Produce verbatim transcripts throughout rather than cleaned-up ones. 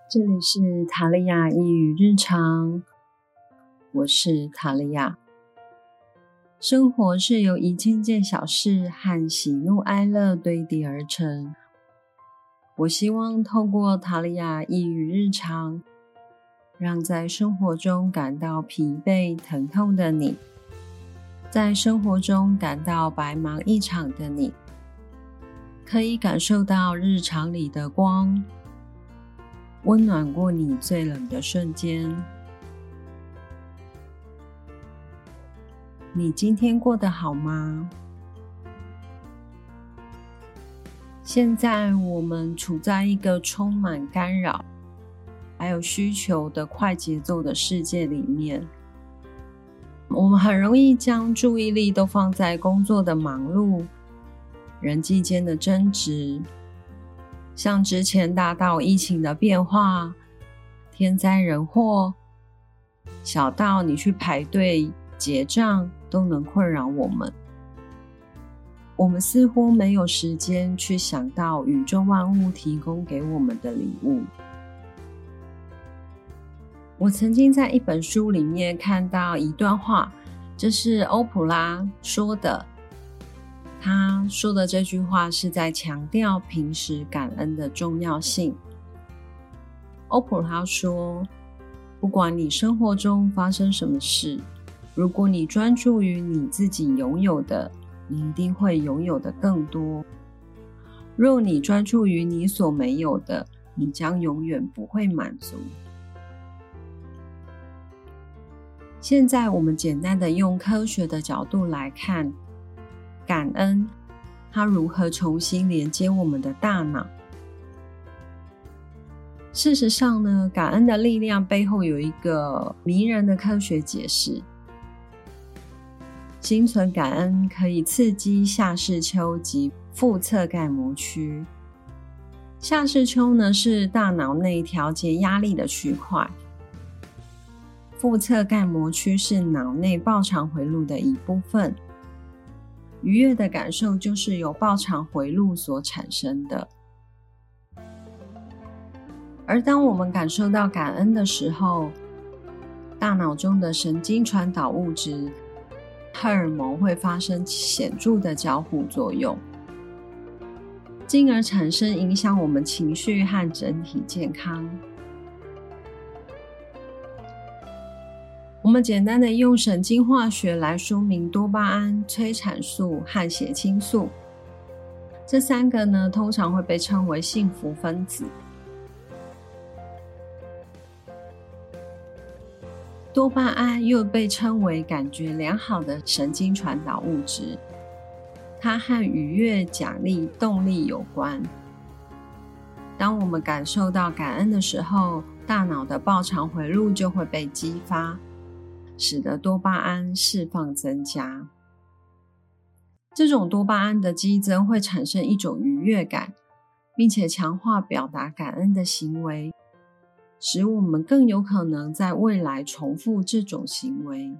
这里是塔利亚一语日常，我是塔利亚。生活是由一件件小事和喜怒哀乐堆叠而成。我希望透过塔利亚一语日常，让在生活中感到疲惫疼痛的你，在生活中感到白忙一场的你，可以感受到日常里的光，温暖过你最冷的瞬间。你今天过得好吗？现在我们处在一个充满干扰还有需求的快节奏的世界里面，我们很容易将注意力都放在工作的忙碌、人际间的争执，像之前大到疫情的变化、天灾人祸，小到你去排队结账都能困扰我们。我们似乎没有时间去想到宇宙万物提供给我们的礼物。我曾经在一本书里面看到一段话，这是欧普拉说的。他说的这句话是在强调平时感恩的重要性。欧普拉说，不管你生活中发生什么事，如果你专注于你自己拥有的，你一定会拥有的更多。若你专注于你所没有的，你将永远不会满足。现在我们简单的用科学的角度来看感恩，它如何重新连接我们的大脑。事实上呢，感恩的力量背后有一个迷人的科学解释。心存感恩可以刺激下视丘及腹侧盖膜区。下视丘呢是大脑内调节压力的区块，腹侧盖膜区是脑内报偿回路的一部分。愉悦的感受就是由报偿回路所产生的。而当我们感受到感恩的时候，大脑中的神经传导物质荷尔蒙会发生显著的交互作用，进而产生影响我们情绪和整体健康。我们简单的用神经化学来说明多巴胺、催产素和血清素，这三个呢，通常会被称为幸福分子。多巴胺又被称为感觉良好的神经传导物质，它和愉悦、奖励、动力有关。当我们感受到感恩的时候，大脑的报偿回路就会被激发，使得多巴胺释放增加。这种多巴胺的激增会产生一种愉悦感，并且强化表达感恩的行为，使我们更有可能在未来重复这种行为。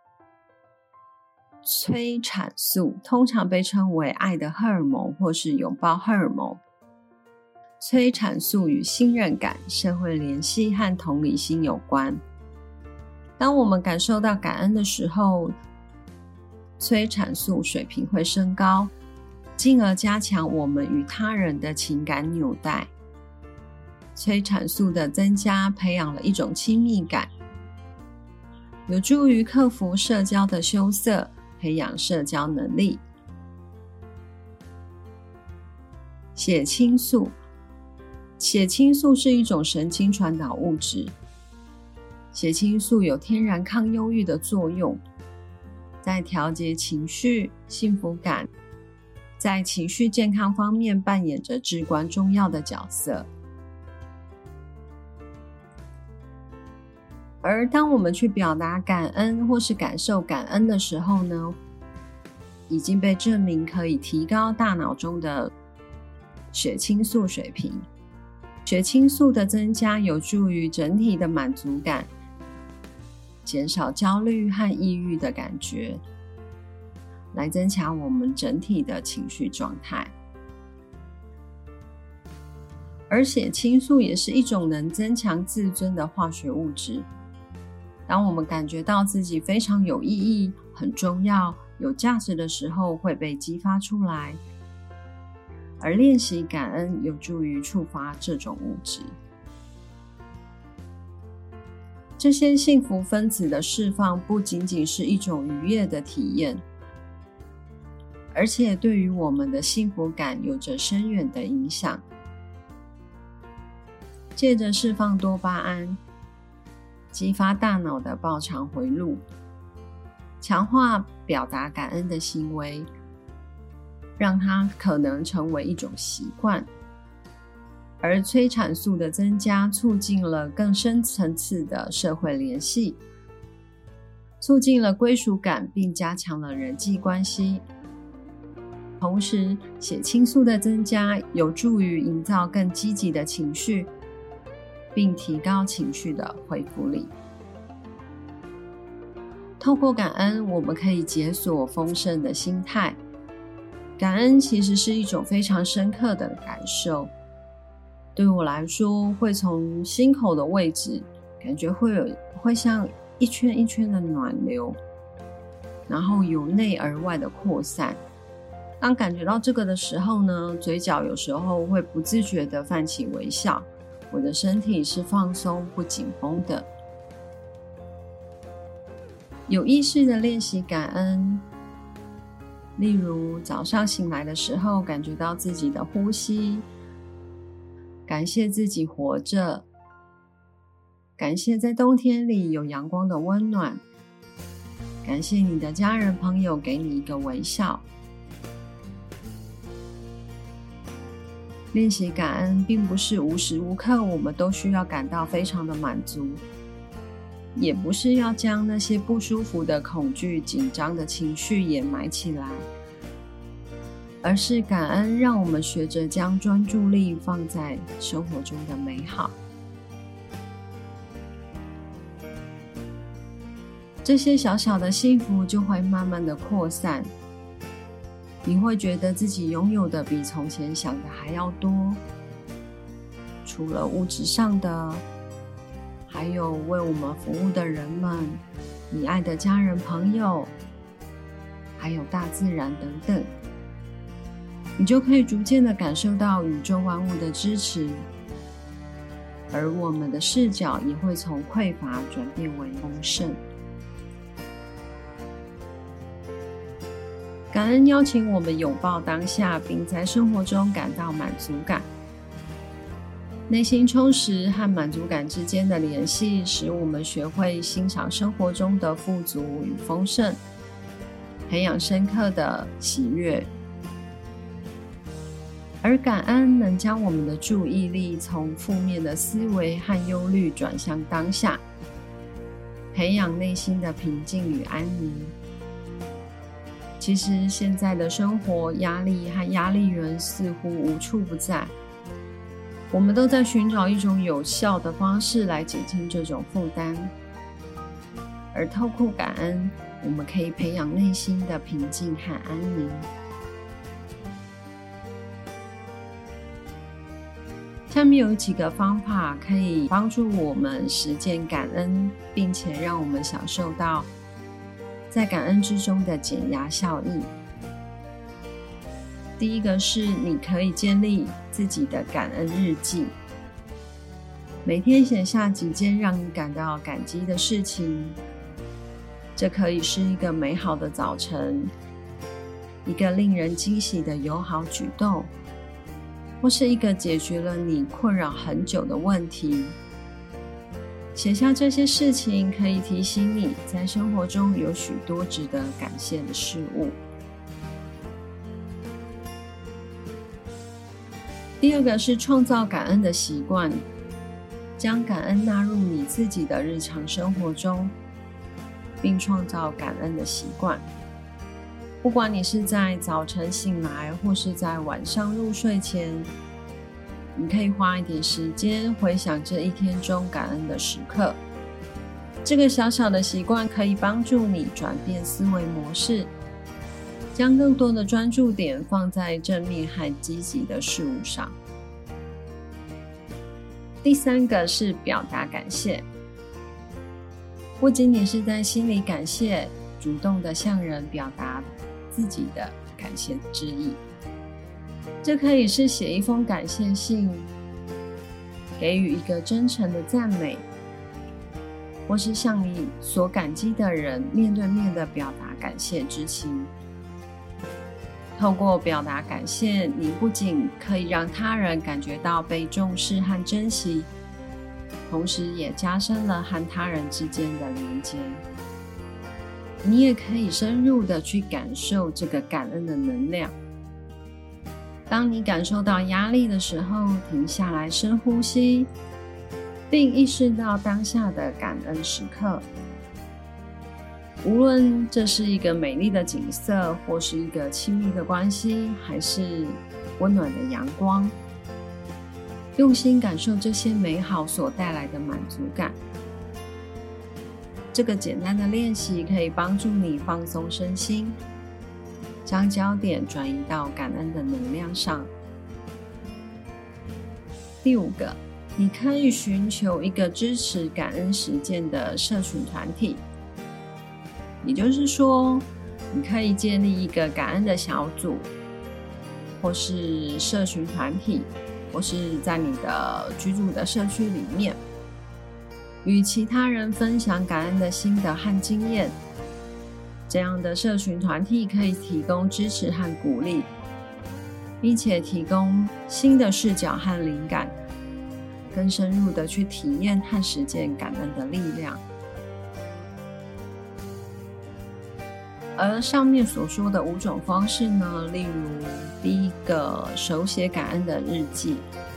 催产素通常被称为爱的荷尔蒙或是拥抱荷尔蒙。催产素与信任感、社会联系和同理心有关。当我们感受到感恩的时候，催产素水平会升高，进而加强我们与他人的情感纽带。催产素的增加培养了一种亲密感，有助于克服社交的羞涩，培养社交能力。血清素，血清素是一种神经传导物质。血清素有天然抗忧郁的作用，在调节情绪、幸福感，在情绪健康方面扮演着至关重要的角色。而当我们去表达感恩或是感受感恩的时候呢，已经被证明可以提高大脑中的血清素水平。血清素的增加有助于整体的满足感，减少焦虑和抑郁的感觉，来增强我们整体的情绪状态。 而血清素也是一种能增强自尊的化学物质。当我们感觉到自己非常有意义、很重要、有价值的时候，会被激发出来。而练习感恩有助于触发这种物质。这些幸福分子的释放不仅仅是一种愉悦的体验，而且对于我们的幸福感有着深远的影响。借着释放多巴胺，激发大脑的报偿回路，强化表达感恩的行为，让它可能成为一种习惯。而催产素的增加促进了更深层次的社会联系，促进了归属感，并加强了人际关系。同时，血清素的增加有助于营造更积极的情绪，并提高情绪的恢复力。透过感恩，我们可以解锁丰盛的心态。感恩其实是一种非常深刻的感受，对我来说，会从心口的位置，感觉会有会像一圈一圈的暖流，然后由内而外的扩散。当感觉到这个的时候呢，嘴角有时候会不自觉地泛起微笑，我的身体是放松不紧绷的。有意识的练习感恩，例如早上醒来的时候，感觉到自己的呼吸，感谢自己活着，感谢在冬天里有阳光的温暖，感谢你的家人朋友给你一个微笑。练习感恩并不是无时无刻我们都需要感到非常的满足，也不是要将那些不舒服的恐惧、紧张的情绪掩埋起来，而是感恩让我们学着将专注力放在生活中的美好。这些小小的幸福就会慢慢的扩散，你会觉得自己拥有的比从前想的还要多，除了物质上的，还有为我们服务的人们，你爱的家人朋友，还有大自然等等，你就可以逐渐的感受到宇宙万物的支持，而我们的视角也会从匮乏转变为丰盛。感恩邀请我们拥抱当下，并在生活中感到满足感。内心充实和满足感之间的联系，使我们学会欣赏生活中的富足与丰盛，培养深刻的喜悦。而感恩能将我们的注意力从负面的思维和忧虑转向当下，培养内心的平静与安宁。其实现在的生活压力和压力源似乎无处不在，我们都在寻找一种有效的方式来减轻这种负担，而透过感恩，我们可以培养内心的平静和安宁。下面有几个方法可以帮助我们实践感恩，并且让我们享受到在感恩之中的减压效益。第一个是你可以建立自己的感恩日记，每天写下几件让你感到感激的事情。这可以是一个美好的早晨，一个令人惊喜的友好举动，或是一个解决了你困扰很久的问题。写下这些事情可以提醒你在生活中有许多值得感谢的事物。第二个是创造感恩的习惯，将感恩纳入你自己的日常生活中，并创造感恩的习惯。不管你是在早晨醒来，或是在晚上入睡前，你可以花一点时间回想这一天中感恩的时刻。这个小小的习惯可以帮助你转变思维模式，将更多的专注点放在正面和积极的事物上。 第三个是表达感谢，不仅仅是在心里感谢，主动的向人表达自己的感谢之意。这可以是写一封感谢信，给予一个真诚的赞美，或是向你所感激的人面对面的表达感谢之情。透过表达感谢，你不仅可以让他人感觉到被重视和珍惜，同时也加深了和他人之间的连接。你也可以深入的去感受这个感恩的能量。当你感受到压力的时候，停下来深呼吸，并意识到当下的感恩时刻。无论这是一个美丽的景色，或是一个亲密的关系，还是温暖的阳光，用心感受这些美好所带来的满足感。这个简单的练习可以帮助你放松身心，将焦点转移到感恩的能量上。第五个，你可以寻求一个支持感恩实践的社群团体。也就是说，你可以建立一个感恩的小组，或是社群团体，或是在你的居住的社区里面，与其他人分享感恩的心得和经验。这样的社群团体可以提供支持和鼓励，并且提供新的视角和灵感，更深入的去体验和实践感恩的力量。而上面所说的五种方式呢，例如第一个，手写感恩的日记。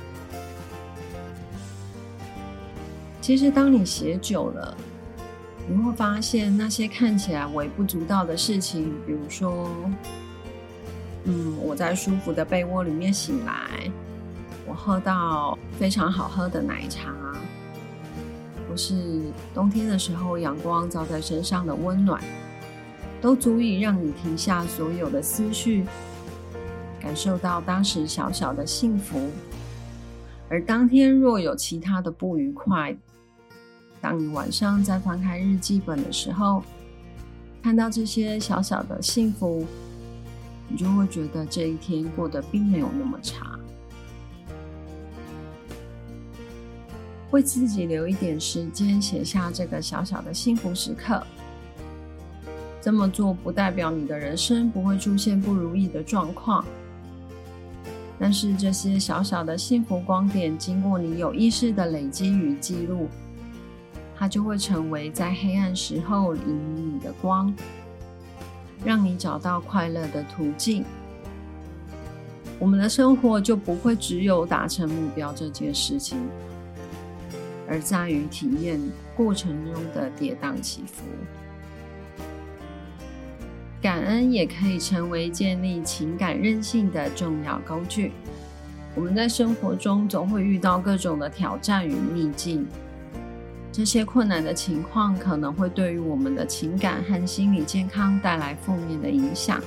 其实当你写久了，你会发现那些看起来微不足道的事情，比如说嗯，我在舒服的被窝里面醒来，我喝到非常好喝的奶茶，或是冬天的时候阳光照在身上的温暖，都足以让你停下所有的思绪，感受到当时小小的幸福。而当天若有其他的不愉快，当你晚上在翻开日记本的时候，看到这些小小的幸福，你就会觉得这一天过得并没有那么差。为自己留一点时间，写下这个小小的幸福时刻。这么做不代表你的人生不会出现不如意的状况，但是这些小小的幸福光点，经过你有意识的累积与记录，它就会成为在黑暗时候引领你的光，让你找到快乐的途径。我们的生活就不会只有达成目标这件事情，而在于体验过程中的跌宕起伏。感恩也可以成为建立情感韧性的重要工具。我们在生活中总会遇到各种的挑战与逆境，这些困难的情况可能会对于我们的情感和心理健康带来负面的影响。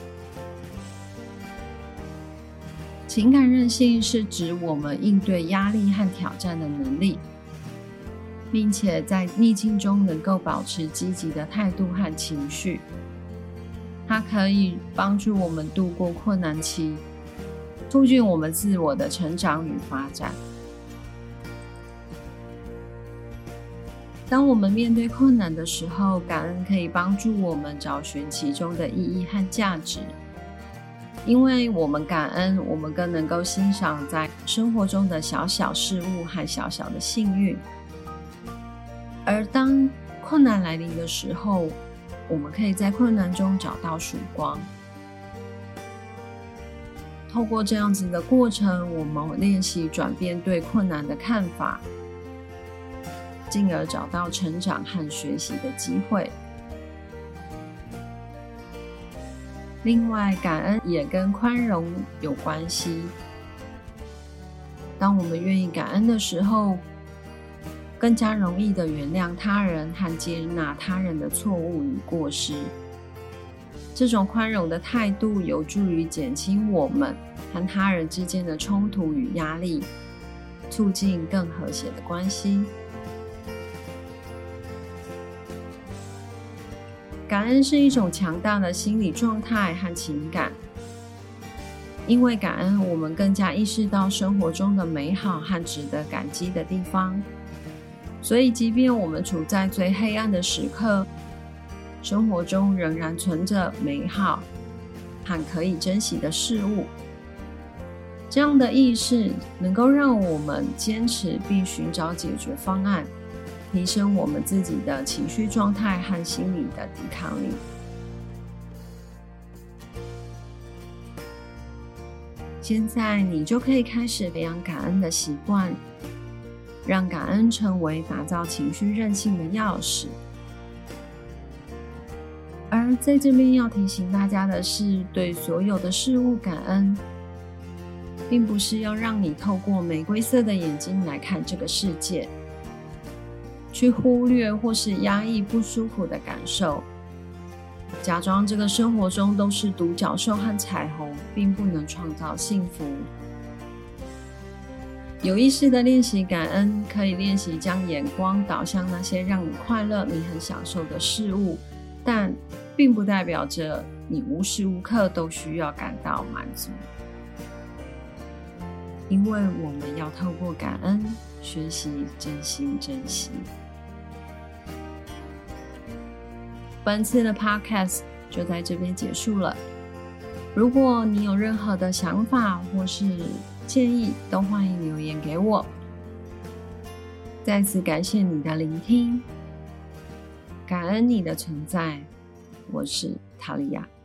情感韧性是指我们应对压力和挑战的能力，并且在逆境中能够保持积极的态度和情绪。它可以帮助我们度过困难期，促进我们自我的成长与发展。当我们面对困难的时候，感恩可以帮助我们找寻其中的意义和价值。因为我们感恩，我们更能够欣赏在生活中的小小事物和小小的幸运。而当困难来临的时候，我们可以在困难中找到曙光。透过这样子的过程，我们练习转变对困难的看法，进而找到成长和学习的机会。另外，感恩也跟宽容有关系。当我们愿意感恩的时候，更加容易的原谅他人和接纳他人的错误与过失。这种宽容的态度有助于减轻我们和他人之间的冲突与压力， 促进更和谐的关系。感恩是一种强大的心理状态和情感，因为感恩，我们更加意识到生活中的美好和值得感激的地方。所以即便我们处在最黑暗的时刻，生活中仍然存着美好和可以珍惜的事物。这样的意识能够让我们坚持并寻找解决方案，提升我们自己的情绪状态和心理的抵抗力。现在你就可以开始培养感恩的习惯，让感恩成为打造情绪韧性的钥匙。而在这边要提醒大家的是，对所有的事物感恩，并不是要让你透过玫瑰色的眼睛来看这个世界，去忽略或是压抑不舒服的感受，假装这个生活中都是独角兽和彩虹，并不能创造幸福。有意识的练习感恩，可以练习将眼光导向那些让你快乐、你很享受的事物，但并不代表着你无时无刻都需要感到满足。因为我们要透过感恩学习真心珍惜。本次的 podcast 就在这边结束了。如果你有任何的想法或是建议，都欢迎留言给我。再次感谢你的聆听，感恩你的存在。我是塔利亚。